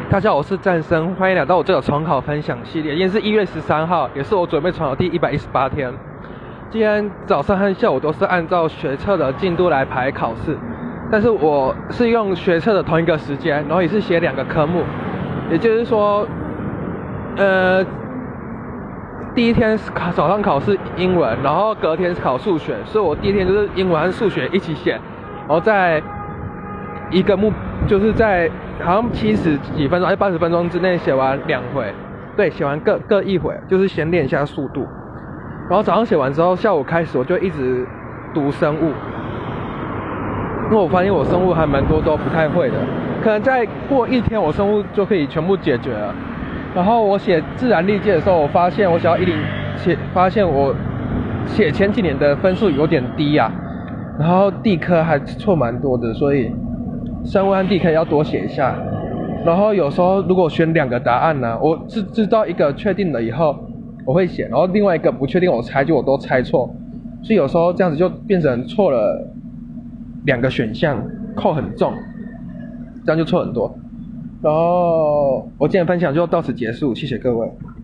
大家好，我是战生，欢迎来到我这个重考分享系列。今天是1月13号，也是我准备重考第118天。今天早上和下午都是按照学测的进度来排考试，但是我是用学测的同一个时间，然后也是写2个科目，也就是说，第一天是早上考试英文，然后隔天是考数学，所以我第一天就是英文和数学一起写，然后在一个就是在好像70几分钟还是80分钟之内写完2回，对，写完各1回，就是先练一下速度。然后早上写完之后，下午开始我就一直读生物，因为我发现我生物还蛮多都不太会的，可能再过1天我生物就可以全部解决了。然后我写自然历届的时候，我发现我写到发现我写前几年的分数有点低啊，然后地科还错蛮多的，所以生物和地科要多写一下。然后有时候如果选2个答案呢，我是知道一个确定了以后我会写，然后另外一个不确定我猜就我都猜错，所以有时候这样子就变成错了2个选项，扣很重，这样就错很多。然后我今天分享就到此结束，谢谢各位。